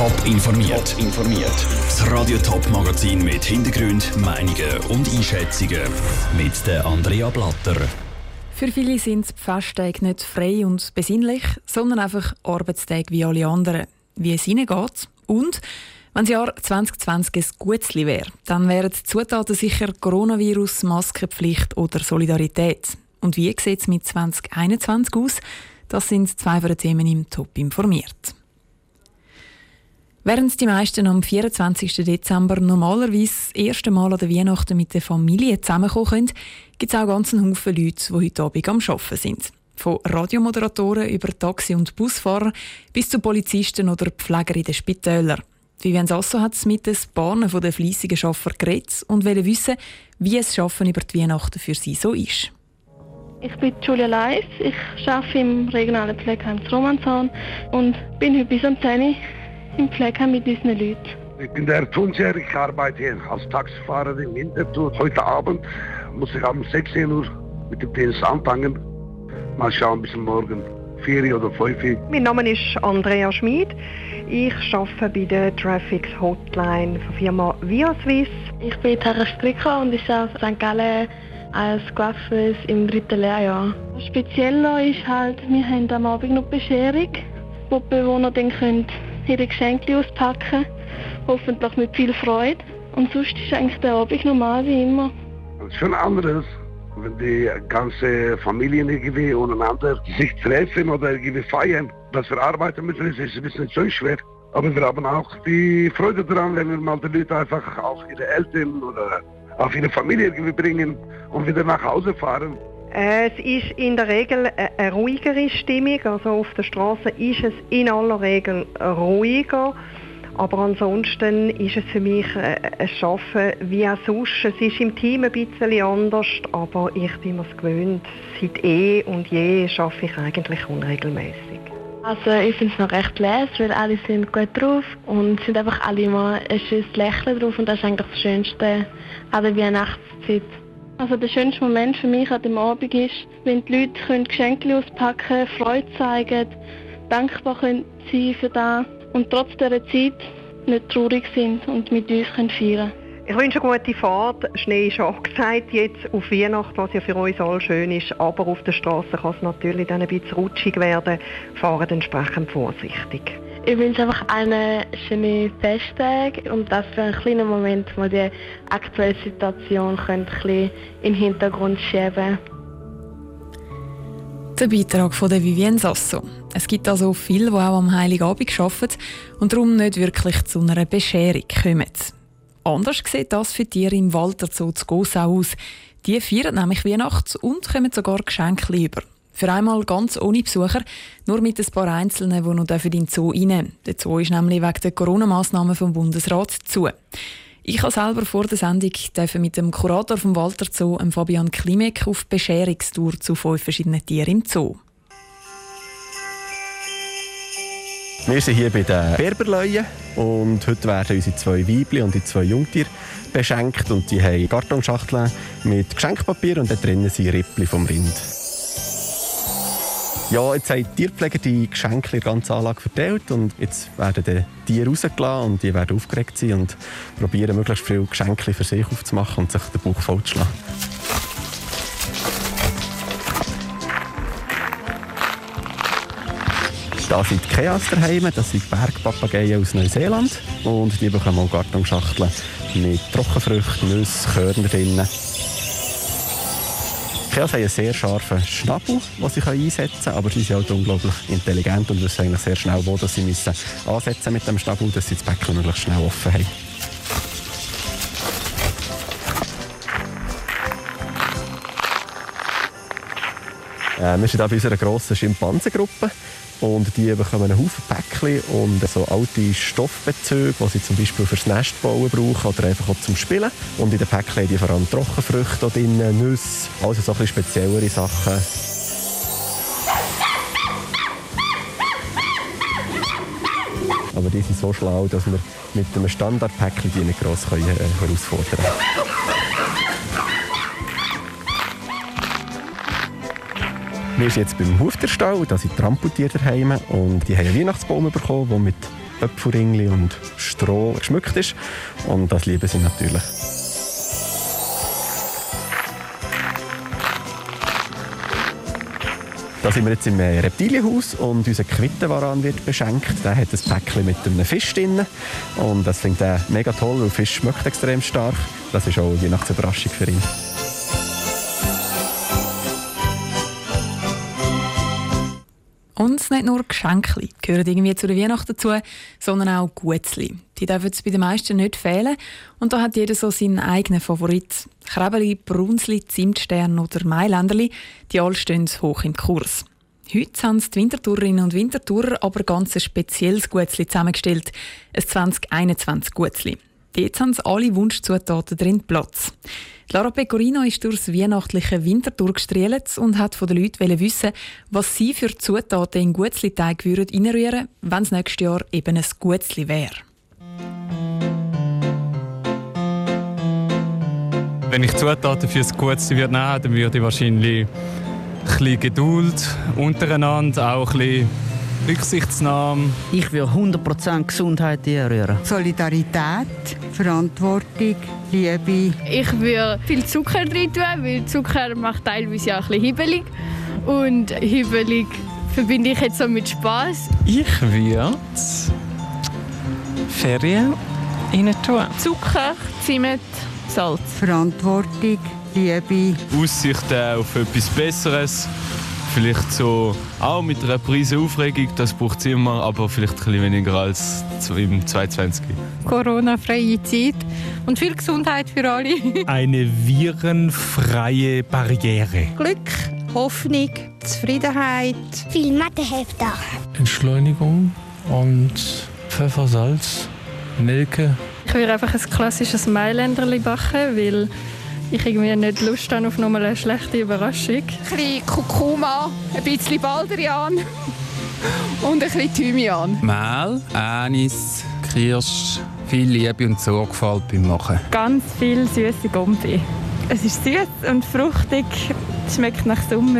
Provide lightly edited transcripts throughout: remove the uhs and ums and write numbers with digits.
Top informiert. Das Radio Top Magazin mit Hintergrund, Meinungen und Einschätzungen mit der Andrea Blatter. Für viele sind die Festtage nicht frei und besinnlich, sondern einfach Arbeitstage wie alle anderen. Wie es ihnen geht und wenn das Jahr 2020 ein gutes wäre, dann wären die Zutaten sicher Coronavirus, Maskenpflicht oder Solidarität. Und wie sieht es mit 2021 aus? Das sind zwei von den Themen im Top informiert. Während die meisten am 24. Dezember normalerweise das erste Mal an der Weihnachten mit der Familie zusammenkommen können, gibt es auch ganz einen Haufen Leute, die heute Abend am Arbeiten sind. Von Radiomoderatoren über Taxi- und Busfahrer bis zu Polizisten oder Pfleger in den Spitälern. Vivian Sasso hat es mit den Bahnen der fleissigen Schaffer geredet und wollte wissen, wie es Schaffen über die Weihnachten für sie so ist. Ich bin Julia Leis, ich arbeite im regionalen Pflegeheim Romanshorn und bin heute bis um 10 Uhr im Pflegeheim mit unseren Leuten. Ich bin der Tunser, ich arbeite hier als Taxifahrer in Winterthur. Heute Abend muss ich um 16 Uhr mit dem Dienst anfangen. Mal schauen bis morgen 4 oder 5 Uhr. Mein Name ist Andrea Schmid. Ich arbeite bei der Traffic Hotline der Firma ViaSwiss. Ich bin Tara Stricker und ich arbeite in St. Gallen als Coiffeuse im 3. Lehrjahr. Spezieller ist halt, wir haben am Abend noch Bescherung, wo die Bewohner dann können ihre Geschenke auspacken können, hoffentlich mit viel Freude. Und sonst ist eigentlich der Abend normal wie immer. Das ist schon anderes, wenn die ganze Familien irgendwie untereinander sich treffen oder irgendwie feiern. Das verarbeiten müssen, ist ein bisschen so schwer. Aber wir haben auch die Freude daran, wenn wir mal die Leute einfach auf ihre Eltern oder auf ihre Familie irgendwie bringen und wieder nach Hause fahren. Es ist in der Regel eine ruhigere Stimmung. Also auf der Straße ist es in aller Regel ruhiger. Aber ansonsten ist es für mich ein Arbeiten wie auch sonst. Es ist im Team ein bisschen anders, aber ich bin mir es gewöhnt. Seit und je arbeite ich eigentlich unregelmäßig. Also ich finde es noch recht leise, weil alle sind gut drauf und sind einfach alle immer ein schönes Lächeln drauf und das ist eigentlich das Schönste an der Weihnachtszeit. Also der schönste Moment für mich an dem Abend ist, wenn die Leute Geschenke auspacken können, Freude zeigen, dankbar sein für das und trotz dieser Zeit nicht traurig sind und mit uns feiern können. Ich wünsche eine gute Fahrt. Schnee ist angesagt jetzt auf Weihnachten, was ja für uns alle schön ist. Aber auf der Straße kann es natürlich dann ein bisschen rutschig werden. Fahren entsprechend vorsichtig. Ich wünsche einfach einen schönen Festtag und dass für einen kleinen Moment mal die aktuelle Situation ein bisschen in den Hintergrund schieben. Der Beitrag von der Vivian Sasso. Es gibt also viele, die auch am Heiligabend arbeiten und darum nicht wirklich zu einer Bescherung kommen. Anders sieht das für Tiere im Walter Zoo zu Gossau aus. Die feiern nämlich Weihnachten und kommen sogar Geschenke über. Für einmal ganz ohne Besucher, nur mit ein paar Einzelnen, die noch in den Zoo rein dürfen. Der Zoo ist nämlich wegen der Corona-Massnahmen vom Bundesrat zu. Ich habe selber vor der Sendung mit dem Kurator vom Walter Zoo, Fabian Klimek, auf Bescherungstour zu 5 verschiedenen Tieren im Zoo. Wir sind hier bei den Berberleuen und heute werden unsere 2 Weibchen und die 2 Jungtiere beschenkt und die haben Kartonschachteln mit Geschenkpapier und da drinnen sind Rippchen vom Rind. Ja, jetzt haben die Tierpfleger die Geschenke in der ganzen Anlage verteilt und jetzt werden die Tiere rausgelassen und die werden aufgeregt sein und probieren, möglichst viele Geschenke für sich aufzumachen und sich den Bauch vollzuschlagen. Da sind die Keas daheim, das sind Bergpapageien aus Neuseeland und die bekommen auch Kartonschachteln mit Trockenfrüchten, Nüssen, Körnern drin. Die Keas haben einen sehr scharfen Schnabel, den sie einsetzen können, aber sie sind auch unglaublich intelligent und wissen eigentlich sehr schnell, wo sie müssen ansetzen mit dem Schnabel, dass sie das Becken möglichst schnell offen haben. Wir sind hier bei unserer grossen Schimpansengruppe. Und die bekommen einen Haufen Päckchen und so alte Stoffbezüge, die sie zum Beispiel fürs Nestbauen brauchen oder einfach auch zum Spielen. Und in den Päckchen haben die vor allem Trockenfrüchte drin, Nüsse, also so ein bisschen speziellere Sachen. Aber die sind so schlau, dass wir mit einem Standardpäckchen die nicht gross herausfordern können. Wir sind jetzt beim Hufterstall, da sind die Trampeltiere daheim und die haben einen Weihnachtsbaum bekommen, der mit Äpfelringli und Stroh geschmückt ist. Und das lieben sie natürlich. Da sind wir jetzt im Reptilienhaus und unser Quittenwaran wird beschenkt. Der hat ein Päckchen mit einem Fisch drin. Und das findet er mega toll, weil Fisch schmeckt extrem stark. Das ist auch eine Weihnachtsüberraschung für ihn. Und nicht nur Geschenke gehören irgendwie zu der Weihnacht dazu, sondern auch Guetzli. Die dürfen bei den meisten nicht fehlen. Und da hat jeder so seinen eigenen Favorit. Krebeli, Brunsli, Zimtstern oder Mailänderli, die alle stehen hoch im Kurs. Heute haben die Wintertourerinnen und Wintertourer aber ganz ein spezielles Guetzli zusammengestellt. Ein 2021 Guetzli. Dort haben alle Wunschzutaten drin Platz. Lara Pecorino ist durchs weihnachtliche Winterthur gestrahlt und hat von den Leuten wissen, was sie für Zutaten in Guetzli-Teig reinrühren würden, wenn es nächstes Jahr eben ein Guetzli wäre. Wenn ich Zutaten für das Guetzli nehmen würde, dann würde ich wahrscheinlich ein bisschen Geduld untereinander, auch ein bisschen Rücksichtsnahme. Ich will 100% Gesundheit rühren. Solidarität, Verantwortung, Liebe. Ich würde viel Zucker rein tun, weil Zucker macht teilweise auch ein bisschen hibbelig. Und hibbelig verbinde ich jetzt so mit Spass. Ich würde Ferien rein tun. Zucker, Zimt, Salz. Verantwortung, Liebe. Aussicht auf etwas Besseres. Vielleicht so auch mit einer Prise Aufregung, das braucht es immer, aber vielleicht ein bisschen weniger als im 2020. Corona-freie Zeit und viel Gesundheit für alle. Eine virenfreie Barriere. Glück, Hoffnung, Zufriedenheit. Viel Mathehefter. Entschleunigung und Pfeffer, Salz, Nelke. Ich würde einfach ein klassisches Mailänderli backen, weil ich irgendwie nicht Lust habe auf nochmal eine schlechte Überraschung. Ein bisschen Kurkuma, ein bisschen Baldrian und ein bisschen Thymian. Mehl, Anis, Kirsch, viel Liebe und Sorgfalt beim Machen. Ganz viel süße Gombi. Es ist süß und fruchtig, es schmeckt nach Sommer.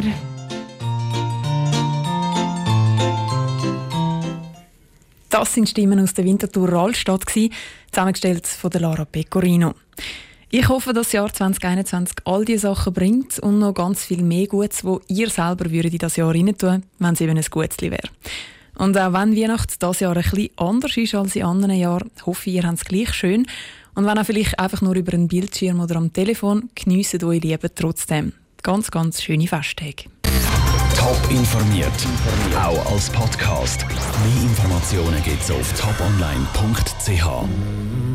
Das sind Stimmen aus der Winterthur Altstadt, zusammengestellt von der Lara Pecorino. Ich hoffe, dass das Jahr 2021 all diese Sachen bringt und noch ganz viel mehr Gutes, wo ihr selber in das Jahr rein tun, wenn es eben ein Guetzli wäre. Und auch wenn Weihnachten dieses Jahr ein bisschen anders ist als in anderen Jahren, hoffe ich, ihr habt es gleich schön. Und wenn auch vielleicht einfach nur über einen Bildschirm oder am Telefon, geniesst eure Liebe trotzdem. Ganz, ganz schöne Festtage. Top informiert, auch als Podcast. Mehr Informationen gibt's auf toponline.ch.